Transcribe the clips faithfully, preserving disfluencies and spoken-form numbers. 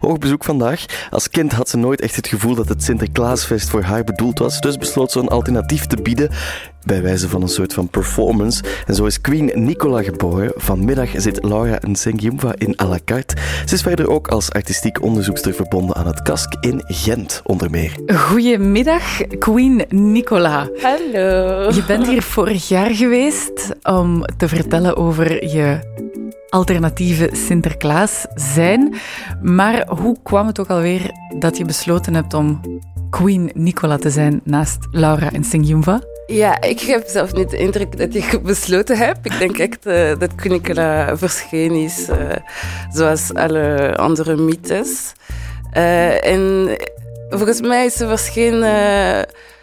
Hoog bezoek vandaag. Als kind had ze nooit echt het gevoel dat het Sinterklaasfeest voor haar bedoeld was, dus besloot ze een alternatief te bieden, bij wijze van een soort van performance. En zo is Queen Nicola geboren. Vanmiddag zit Laura Nsengimva in à la carte. Ze is verder ook als artistiek onderzoekster verbonden aan het K A S K in Gent, onder meer. Goedemiddag, Queen Nicola. Hallo. Je bent hier vorig jaar geweest om te vertellen over je alternatieve Sinterklaas zijn. Maar hoe kwam het ook alweer dat je besloten hebt om Queen Nicola te zijn naast Laura Nsengimva? Ja, ik heb zelf niet de indruk dat ik besloten heb. Ik denk echt uh, dat Queen Nicola verschenen is, uh, zoals alle andere mythes. Uh, en volgens mij is ze verschenen, uh,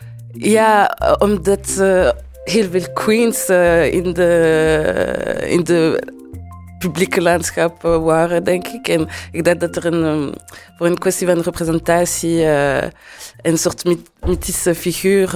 ja, omdat uh, heel veel queens uh, in de, in de publieke landschap waren, denk ik. En ik dacht dat er een, um, voor een kwestie van representatie uh, een soort myth- mythische figuur,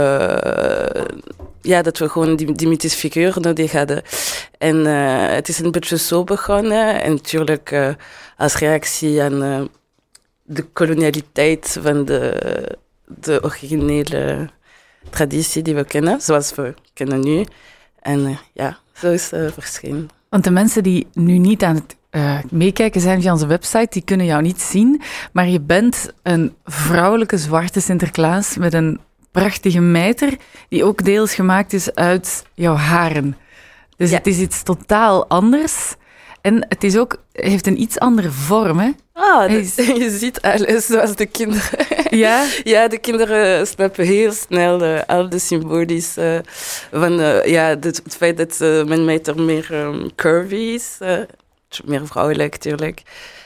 uh, ja, dat we gewoon die, die mythische figuur nodig hadden. En uh, het is een beetje zo begonnen. En natuurlijk uh, als reactie aan uh, de kolonialiteit van de, de originele traditie die we kennen, zoals we kennen nu. En uh, ja, zo is het uh, verschenen. Want de mensen die nu niet aan het uh, meekijken zijn via onze website, die kunnen jou niet zien. Maar je bent een vrouwelijke zwarte Sinterklaas met een prachtige mijter, die ook deels gemaakt is uit jouw haren. Dus ja. Het is iets totaal anders. En het is ook, heeft een iets andere vorm, hè? Ah, is... je ziet alles zoals de kinderen. Ja? Ja, de kinderen snappen heel snel uh, al de symbolies uh, van uh, ja, het, het feit dat uh, mijn mijter meer um, curvy is. Uh, meer vrouwelijk, natuurlijk.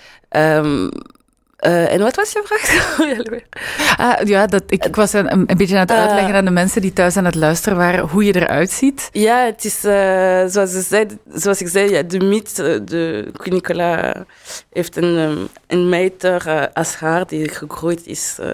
Um, Uh, en wat was je vraag? ah, ja, dat, ik, ik was een, een beetje aan het uitleggen uh, aan de mensen die thuis aan het luisteren waren hoe je eruit ziet. Ja, het is uh, zoals, ze zei, zoals ik zei, ja, de mythe, de Queen Nicola heeft een, um, een mijter uh, als haar die gegroeid is uh,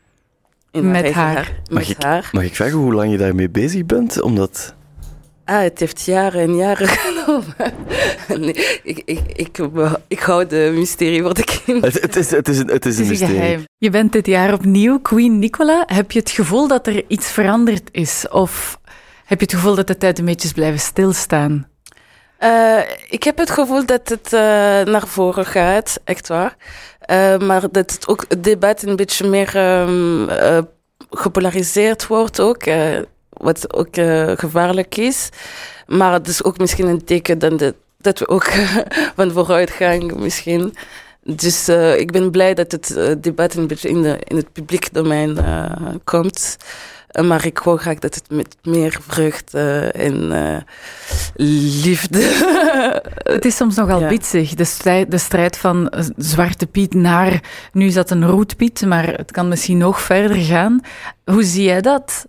in met haar. haar. Mag, met ik, haar. mag ik vragen hoe lang je daarmee bezig bent? Omdat... Ah, het heeft jaren en jaren genomen. Nee, ik, ik, ik, ik hou de mysterie voor de kinderen. Het, het, is, het, is, een, het is een mysterie. Geheim. Je bent dit jaar opnieuw Queen Nicola. Heb je het gevoel dat er iets veranderd is? Of heb je het gevoel dat de tijd een beetje is blijven stilstaan? Uh, ik heb het gevoel dat het uh, naar voren gaat, echt waar. Uh, maar dat het ook het debat een beetje meer um, uh, gepolariseerd wordt ook. Uh, Wat ook uh, gevaarlijk is. Maar het is ook misschien een teken dat, de, dat we ook van vooruitgang misschien. Dus uh, ik ben blij dat het uh, debat een beetje in, de, in het publiek domein uh, komt. Uh, maar ik hoor graag dat het met meer vreugde uh, en uh, liefde... Het is soms nogal ja. bitsig, de strijd, de strijd van Zwarte Piet naar... Nu is dat een Roetpiet, maar het kan misschien nog verder gaan. Hoe zie jij dat?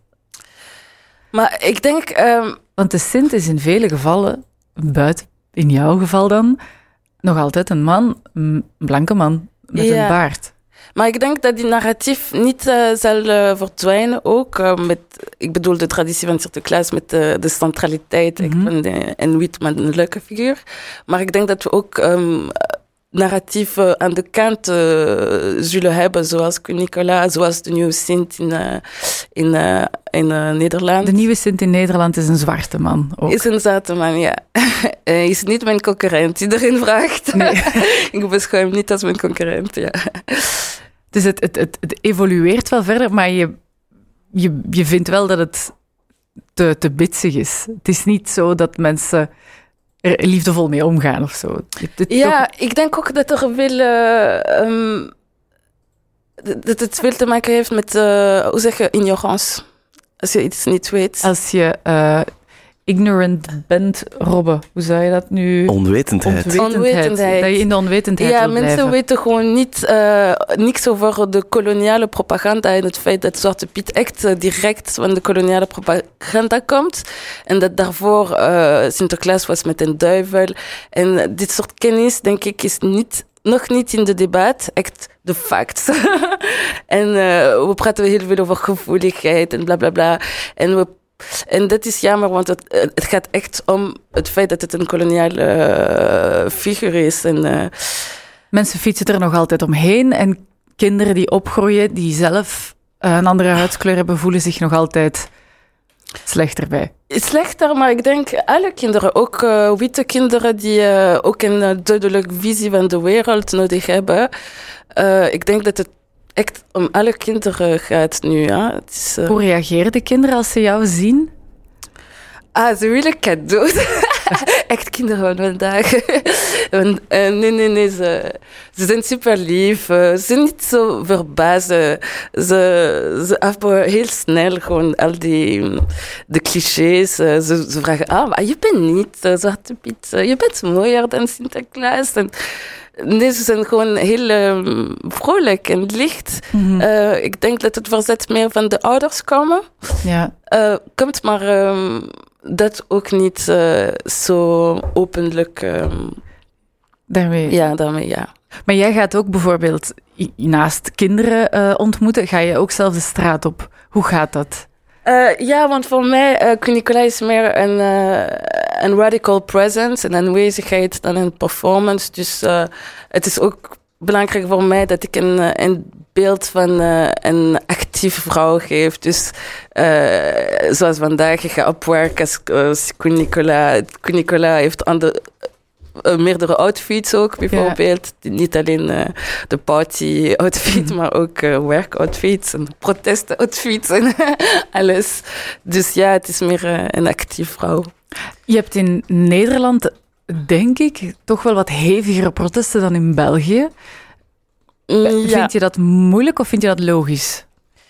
Maar ik denk... Um... Want de Sint is in vele gevallen, buiten in jouw geval dan, nog altijd een man, een blanke man met ja. een baard. Maar ik denk dat die narratief niet uh, zal uh, verdwijnen ook. Uh, met, ik bedoel de traditie van Sinterklaas met uh, de centraliteit mm-hmm. van de, en wit mannelijke figuur. Maar ik denk dat we ook... Um, narratieven aan de kant uh, zullen hebben, zoals Queen Nicola, zoals de nieuwe Sint in, uh, in, uh, in uh, Nederland. De nieuwe Sint in Nederland is een zwarte man ook. Is een zwarte man, ja. Hij uh, is niet mijn concurrent, iedereen vraagt. Nee. Ik beschouw hem niet als mijn concurrent, ja. Dus het, het, het, het evolueert wel verder, maar je, je, je vindt wel dat het te, te bitsig is. Het is niet zo dat mensen... er liefdevol mee omgaan of zo. Ja, toch... ik denk ook dat er veel... Uh, um, dat het veel te maken heeft met, uh, hoe zeg je, ignorance. Als je iets niet weet. Als je uh, ignorant bent, Robbe, hoe zou je dat nu... Onwetendheid. Onwetendheid. Onwetendheid. Dat je in de onwetendheid Ja, wil mensen blijven. weten gewoon niet, uh, niks over de koloniale propaganda en het feit dat Zwarte Piet echt uh, direct van de koloniale propaganda komt. En dat daarvoor uh, Sinterklaas was met een duivel. En dit soort kennis, denk ik, is niet... nog niet in de debat, echt de facts. En uh, we praten heel veel over gevoeligheid en bla bla bla. En, we, en dat is jammer, want het, het gaat echt om het feit dat het een koloniale uh, figuur is. En uh, Mensen fietsen er nog altijd omheen en kinderen die opgroeien, die zelf uh, een andere huidskleur hebben, voelen zich nog altijd slechter bij. Slechter, maar ik denk alle kinderen, ook uh, witte kinderen die uh, ook een uh, duidelijke visie van de wereld nodig hebben. Uh, ik denk dat het echt om alle kinderen gaat nu. Ja. Het is, uh... Hoe reageren de kinderen als ze jou zien? Ah, ze willen cadeaus. Echt kinderen van vandaag. En, uh, nee, nee, nee. Ze, ze zijn super lief. Uh, ze zijn niet zo verbaasd. Ze, ze afbouwen heel snel gewoon al die de clichés. Uh, ze, ze vragen, ah, maar je bent niet uh, Zwarte Piet. Uh, je bent mooier dan Sinterklaas. En, nee, ze zijn gewoon heel um, vrolijk en licht. Mm-hmm. Uh, ik denk dat het verzet meer van de ouders komen. Ja. Uh, komt maar um, dat ook niet uh, zo openlijk. Um, daarmee. Ja, daarmee, ja. Maar jij gaat ook bijvoorbeeld naast kinderen uh, ontmoeten, ga je ook zelf de straat op. Hoe gaat dat? Uh, ja, want voor mij, uh, Queen Nicola is meer een, uh, een radical presence, een aanwezigheid dan een performance. Dus uh, het is ook belangrijk voor mij dat ik een, een beeld van uh, een actieve vrouw geef. Dus uh, zoals vandaag, ik ga op werk als, als Queen Nicola. Queen Nicola heeft andere... Uh, meerdere outfits ook, bijvoorbeeld. Ja. Niet alleen uh, de party-outfit, maar ook uh, werk-outfits en protest-outfits en alles. Dus ja, het is meer uh, een actief vrouw. Je hebt in Nederland, denk ik, toch wel wat hevigere protesten dan in België. Ja. Vind je dat moeilijk of vind je dat logisch?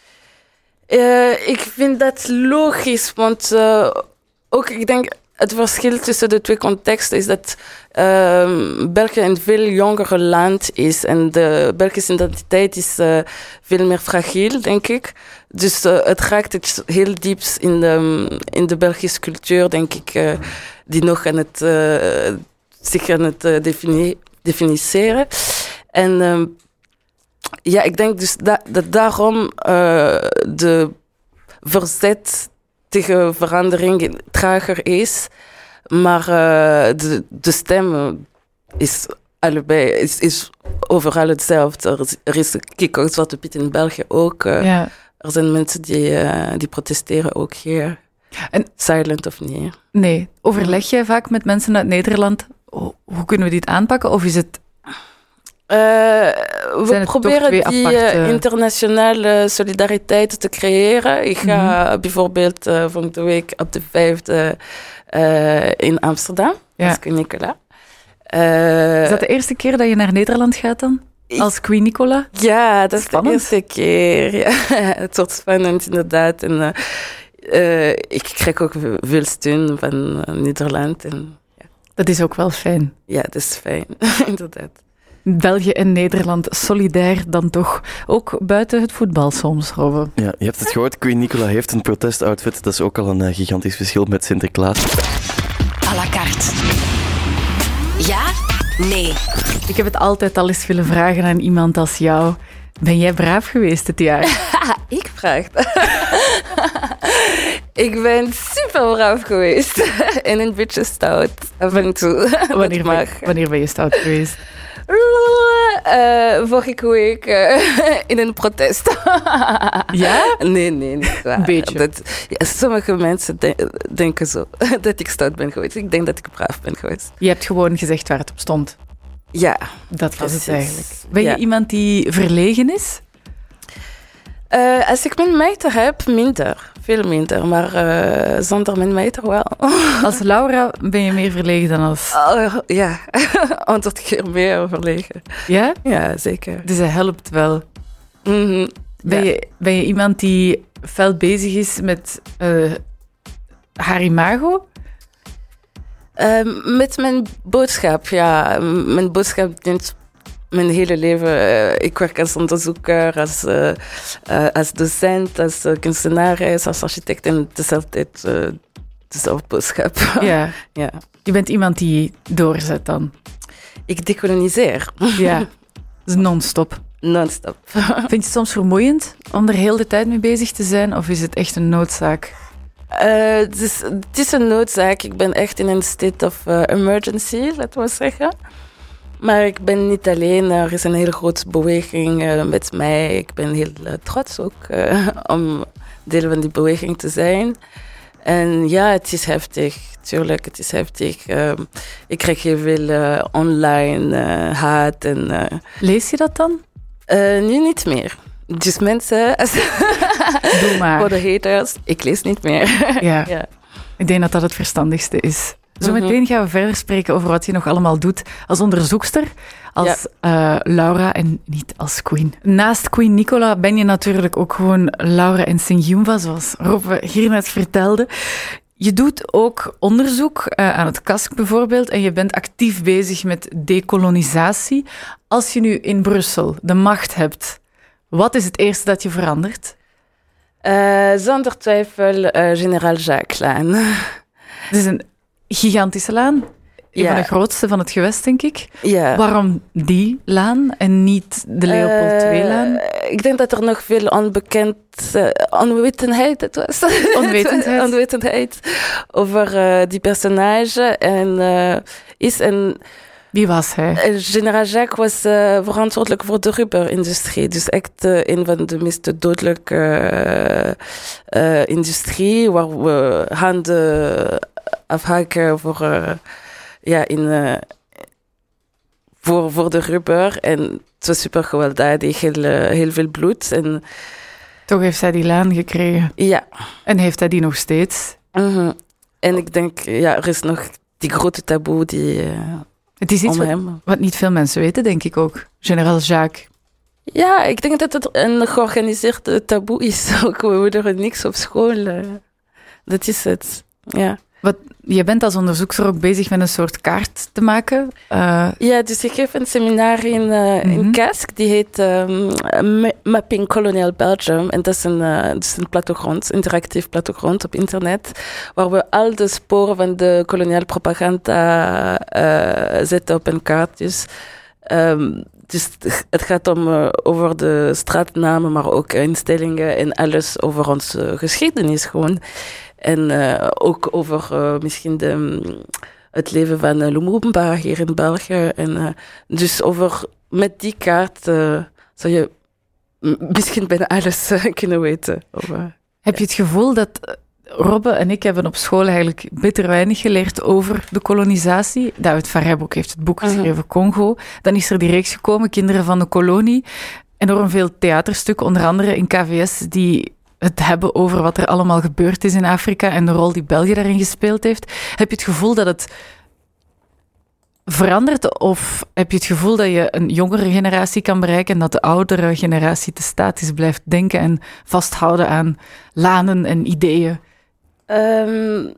Uh, ik vind dat logisch, want uh, ook, ik denk... Het verschil tussen de twee contexten is dat uh, België een veel jonger land is en de Belgische identiteit is uh, veel meer fragiel, denk ik. Dus uh, het raakt het heel diep in de, in de Belgische cultuur, denk ik, uh, die nog aan het, uh, zich aan het uh, defini- definiceren. En uh, ja, ik denk dus da- dat daarom uh, de verzet tegen verandering trager is, maar uh, de, de stem is allebei, is, is overal hetzelfde. Er is, er is kijk, ook Zwarte Piet in België ook. Uh, ja. Er zijn mensen die, uh, die protesteren ook hier. En, silent of niet? Nee. Overleg jij vaak met mensen uit Nederland? Hoe kunnen we dit aanpakken? Of is het... Uh, we proberen die aparte... internationale solidariteit te creëren. Ik ga mm-hmm. bijvoorbeeld uh, volgende week op de vijfde uh, in Amsterdam. Ja. Als Queen Nicola. Uh, is dat de eerste keer dat je naar Nederland gaat dan? Als Queen Nicola? Ja, dat spannend. Is de eerste keer. Ja. Het wordt spannend, inderdaad. En, uh, uh, ik krijg ook veel steun van uh, Nederland. En, ja. Dat is ook wel fijn. Ja, dat is fijn, inderdaad. België en Nederland solidair dan toch, ook buiten het voetbal soms, Robbe. Ja, je hebt het gehoord, Queen Nicola heeft een protestoutfit. Dat is ook al een uh, gigantisch verschil met Sinterklaas. À la carte. Ja? Nee. Ik heb het altijd al eens willen vragen aan iemand als jou. Ben jij braaf geweest dit jaar? Ik vraag dat. Ik ben super braaf geweest. En een beetje stout, af en toe. Wanneer, ben, wanneer ben je stout geweest? Uh, vorige week uh, in een protest. Ja? Nee, nee, niet waar. Een beetje. Dat, ja, sommige mensen de- denken zo dat ik stout ben geweest. Ik denk dat ik braaf ben geweest. Je hebt gewoon gezegd waar het op stond. Ja. Dat was het eigenlijk. Ben je ja. iemand die verlegen is? Uh, als ik mijn meter heb, minder. Veel minder, maar uh, zonder mijn meter wel. Als Laura ben je meer verlegen dan als... Uh, ja, honderd keer meer verlegen. Ja? Ja, zeker. Dus dat helpt wel. Mm-hmm. Ben, ja. je, ben je iemand die fel bezig is met uh, haar imago? Uh, met mijn boodschap, ja. Mijn boodschap dient mijn hele leven. Uh, ik werk als onderzoeker, als, uh, uh, als docent, als uh, kunstenares, als architect. En het is altijd uh, dezelfde boodschap. Ja. Ja. Je bent iemand die doorzet dan? Ik dekoloniseer. Ja, dus non-stop. Non-stop. Vind je het soms vermoeiend om er heel de tijd mee bezig te zijn? Of is het echt een noodzaak? Uh, het, is, het is een noodzaak. Ik ben echt in een state of uh, emergency, laten we zeggen. Maar ik ben niet alleen. Er is een hele grote beweging uh, met mij. Ik ben heel uh, trots ook uh, om deel van die beweging te zijn. En ja, het is heftig. Tuurlijk, het is heftig. Uh, ik krijg heel veel uh, online uh, haat. En, uh, Lees je dat dan? Uh, nu niet meer. Dus mensen, doe maar. Voor de haters, ik lees niet meer. Ja. ja. Ik denk dat dat het verstandigste is. Zometeen mm-hmm. gaan we verder spreken over wat je nog allemaal doet als onderzoekster, als ja. uh, Laura en niet als Queen. Naast Queen Nicola ben je natuurlijk ook gewoon Laura en Nsingumva, zoals Rob hier net vertelde. Je doet ook onderzoek uh, aan het K A S K bijvoorbeeld en je bent actief bezig met dekolonisatie. Als je nu in Brussel de macht hebt, wat is het eerste dat je verandert? Uh, zonder twijfel uh, Generaal Jacques-laan. Het is een gigantische laan. Een ja. van de grootste van het gewest, denk ik. Ja. Waarom die laan en niet de Leopold twee-laan? Uh, ik denk dat er nog veel onbekend... Uh, onwetendheid het was. Onwetendheid. onwetendheid over uh, die personage. En uh, is een... Wie was hij? Uh, Generaal Jacques was uh, verantwoordelijk voor de rubberindustrie. Dus echt uh, een van de meest dodelijke uh, uh, industrie, waar we handen afhaken voor... Uh, Ja, in, uh, voor, voor de rubber. En het was super gewelddadig, heel, uh, heel veel bloed. En toch heeft hij die laan gekregen. Ja. En heeft hij die nog steeds? Mm-hmm. En ik denk, ja, er is nog die grote taboe die uh, het is iets wat, wat niet veel mensen weten, denk ik ook. Generaal Jacques. Ja, ik denk dat het een georganiseerd taboe is. Ook, we doen er niks op school. Uh, dat is het, ja. Wat, je bent als onderzoekster ook bezig met een soort kaart te maken. Uh... Ja, dus ik geef een seminar in, uh, mm-hmm. in K A S K. Die heet um, Mapping Colonial Belgium. En dat is een, uh, dat is een plattegrond, interactief plattegrond op internet, waar we al de sporen van de koloniale propaganda uh, zetten op een kaart. Dus, um, dus het gaat om uh, over de straatnamen, maar ook instellingen en alles over onze geschiedenis gewoon. En uh, ook over uh, misschien de, het leven van uh, Lumumba hier in België. En, uh, dus over, met die kaart uh, zou je misschien bijna alles uh, kunnen weten. Over, Heb je het gevoel dat Robbe en ik hebben op school eigenlijk bitter weinig geleerd over de kolonisatie? David Farreb heeft het boek geschreven, uh-huh. Congo. Dan is er die reeks gekomen, Kinderen van de Kolonie. Enorm veel theaterstukken, onder andere in K V S, die het hebben over wat er allemaal gebeurd is in Afrika en de rol die België daarin gespeeld heeft. Heb je het gevoel dat het verandert? Of heb je het gevoel dat je een jongere generatie kan bereiken en dat de oudere generatie te statisch blijft denken en vasthouden aan lanen en ideeën? Um,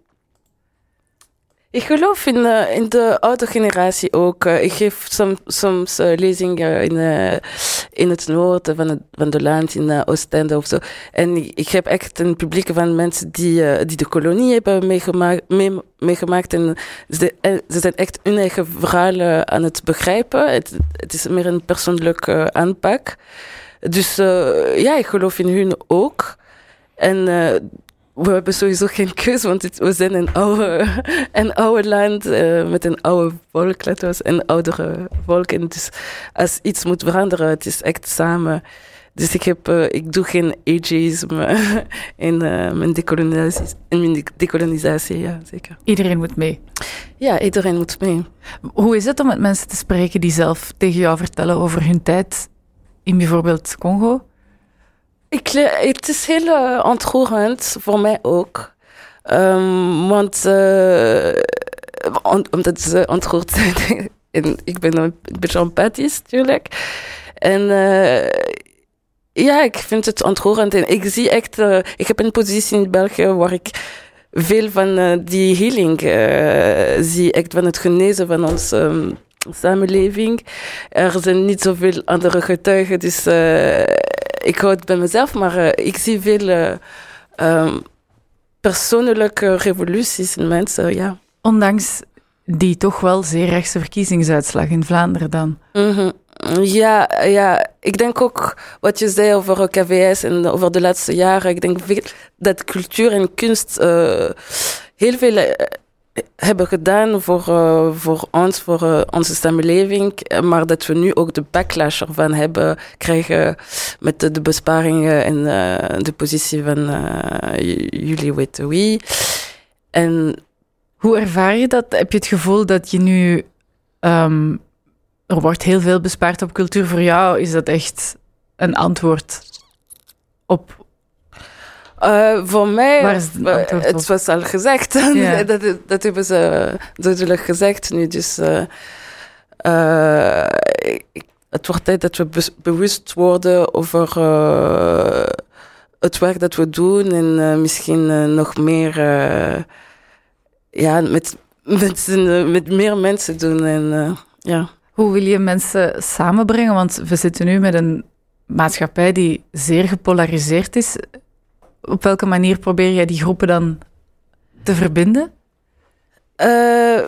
ik geloof in, uh, in de oude generatie ook. Uh, ik geef som, soms uh, lezingen in, uh, in het noorden van het van de land, in uh, Oostende of zo. En ik, ik heb echt een publiek van mensen die, uh, die de kolonie hebben meegemaakt. Mee, meegemaakt en ze, uh, ze zijn echt hun eigen verhalen aan het begrijpen. Het, het is meer een persoonlijke uh, aanpak. Dus uh, ja, ik geloof in hun ook. En... Uh, we hebben sowieso geen keus, want het, we zijn een oude, een oude land uh, met een oude volk, laten we een oudere volk. En dus als iets moet veranderen, het is echt samen. Dus ik, heb, uh, ik doe geen ageisme in, uh, mijn dekolonisatie, in mijn dekolonisatie, ja, zeker. Iedereen moet mee? Ja, iedereen moet mee. Hoe is het om met mensen te spreken die zelf tegen jou vertellen over hun tijd in bijvoorbeeld Congo? Ik, het is heel uh, ontroerend, voor mij ook. Um, want uh, on, omdat ze ontroerd zijn. En ik ben een beetje empathisch, natuurlijk. En uh, ja, ik vind het ontroerend. En ik zie echt... Uh, ik heb een positie in België waar ik veel van uh, die healing uh, zie. Echt van het genezen van onze um, samenleving. Er zijn niet zoveel andere getuigen, dus... Uh, Ik hou het bij mezelf, maar uh, ik zie veel uh, um, persoonlijke revoluties in mensen, ja. Ondanks die toch wel zeer rechtse verkiezingsuitslag in Vlaanderen dan? Mm-hmm. Ja, ja, ik denk ook wat je zei over K V S en over de laatste jaren. Ik denk veel dat cultuur en kunst uh, heel veel... Uh, hebben gedaan voor, uh, voor ons, voor uh, onze samenleving, maar dat we nu ook de backlash ervan hebben krijgen met de, de besparingen en uh, de positie van uh, jullie weten wie. En hoe ervaar je dat? Heb je het gevoel dat je nu... Um, er wordt heel veel bespaard op cultuur. Voor jou is dat echt een antwoord op... Uh, voor mij, Waar is het, uh, het was al gezegd. Ja. dat, dat hebben ze duidelijk gezegd nu. Dus uh, uh, het wordt tijd dat we be- bewust worden over uh, het werk dat we doen. En uh, misschien uh, nog meer uh, ja, met, met, met meer mensen doen. En, uh, ja. Hoe wil je mensen samenbrengen? Want we zitten nu met een maatschappij die zeer gepolariseerd is. Op welke manier probeer jij die groepen dan te verbinden? Uh,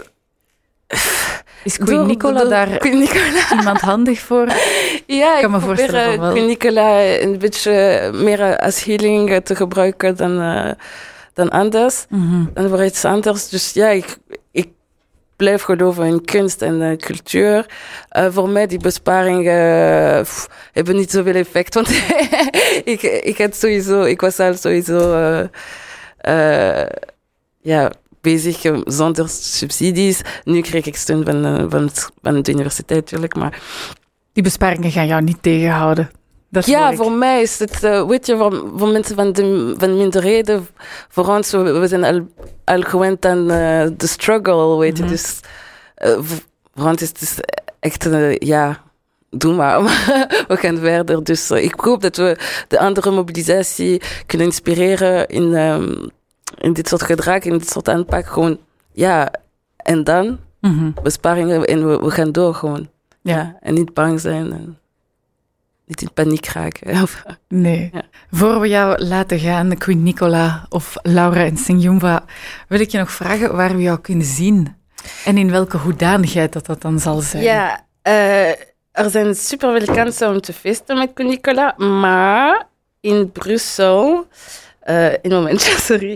is Queen Nicola daar Queen Nicola. iemand handig voor? Ja, ik, kan me ik voorstellen probeer Queen Nicola een beetje meer als healing te gebruiken dan, uh, dan anders. Mm-hmm. Dan voor iets anders. Dus ja, ik, ik blijf geloven in kunst en uh, cultuur. Uh, voor mij die besparingen uh, pff, hebben niet zoveel effect. Want ik, ik had sowieso, ik was al sowieso uh, uh, ja, bezig uh, zonder subsidies. Nu krijg ik steun van, uh, van, van de universiteit natuurlijk, maar... Die besparingen gaan jou niet tegenhouden. Dat ja, voor mij is het, uh, weet je, voor, voor mensen van, de, van minderheden, voor ons, we, we zijn al, al gewend aan uh, de struggle, weet je. Mm-hmm. Dus uh, voor ons is het dus echt, uh, ja, doe maar, we gaan verder. Dus uh, ik hoop dat we de andere mobilisatie kunnen inspireren in, um, in dit soort gedrag, in dit soort aanpak. Gewoon, ja, en dan mm-hmm. besparingen en we, we gaan door gewoon. Ja. Ja, en niet bang zijn en niet in paniek raken. Nee. Ja. Voor we jou laten gaan, Queen Nicola of Laura Nsingiyumva, wil ik je nog vragen waar we jou kunnen zien. En in welke hoedanigheid dat dat dan zal zijn. Ja, uh, er zijn superveel kansen om te feesten met Queen Nicola, maar in Brussel, uh, in een momentje, sorry,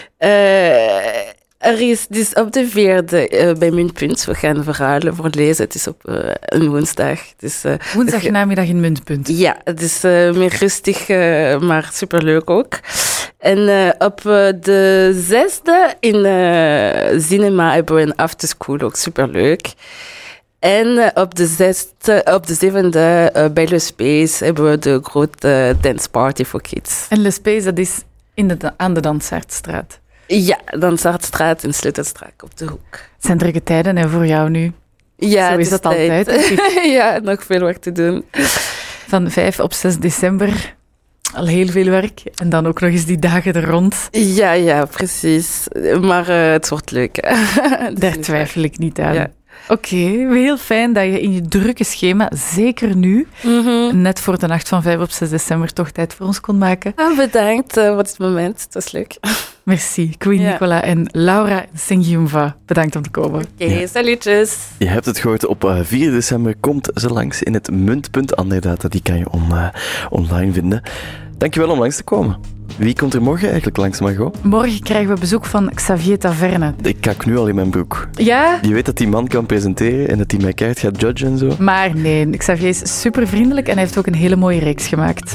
uh, er is dus op de vierde uh, bij Muntpunt. We gaan verhalen voorlezen. Het is op uh, een woensdag. Dus, uh, Woensdagnamiddag in Muntpunt. Ja, het is uh, meer rustig, uh, maar superleuk ook. En uh, op uh, de zesde in uh, cinema hebben we een afterschool, ook superleuk. En uh, op de zesde, op de zevende uh, bij Le Space hebben we de grote uh, dance party voor kids. En Le Space, dat is in de, aan de Dansaardstraat. Ja, Dansaardstraat en Sleutelstraat op de hoek. Het zijn drukke tijden hè, voor jou nu. Ja, zo is dat tijd. altijd. Ja, nog veel werk te doen. Van vijf op zes december, al heel veel werk. En dan ook nog eens die dagen er rond. Ja, ja, precies. Maar uh, het wordt leuk. Daar twijfel ik niet aan. Ja. Oké, okay, heel fijn dat je in je drukke schema, zeker nu, mm-hmm. net voor de nacht van vijf op zes december, toch tijd voor ons kon maken. Ah, bedankt uh, voor het moment, het was leuk. Merci, Queen ja. Nicola en Laura Nsingiyumva. Bedankt om te komen. Oké, okay, ja. Salutjes. Je hebt het gehoord, op uh, vier december komt ze langs in het Muntpunt. Andere data, die kan je on, uh, online vinden. Dankjewel om langs te komen. Wie komt er morgen eigenlijk langs, Margot? Morgen krijgen we bezoek van Xavier Taverne. Ik kak nu al in mijn broek. Ja? Je weet dat die man kan presenteren en dat hij mij keihard gaat judgen en zo. Maar nee, Xavier is super vriendelijk en hij heeft ook een hele mooie reeks gemaakt.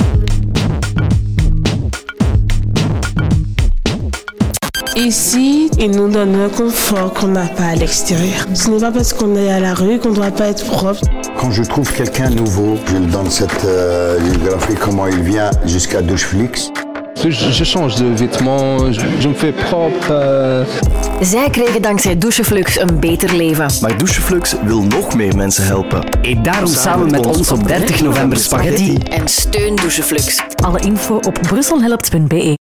Ici, ils nous donnent un confort qu'on n'a pas à l'extérieur. Ce n'est pas parce qu'on est à la rue qu'on ne doit pas être propre. Quand je trouve quelqu'un nouveau, je lui donne cette euh, biographie, comment il vient jusqu'à Doucheflix. Je, je change de vêtements, je, je me fais propre. Uh... Zij kregen dankzij Doucheflux een beter leven. Maar Doucheflux wil nog meer mensen helpen. Eet daarom samen, samen met ons op dertig november spaghetti. En steun Doucheflux. Alle info op brusselhelpt punt be.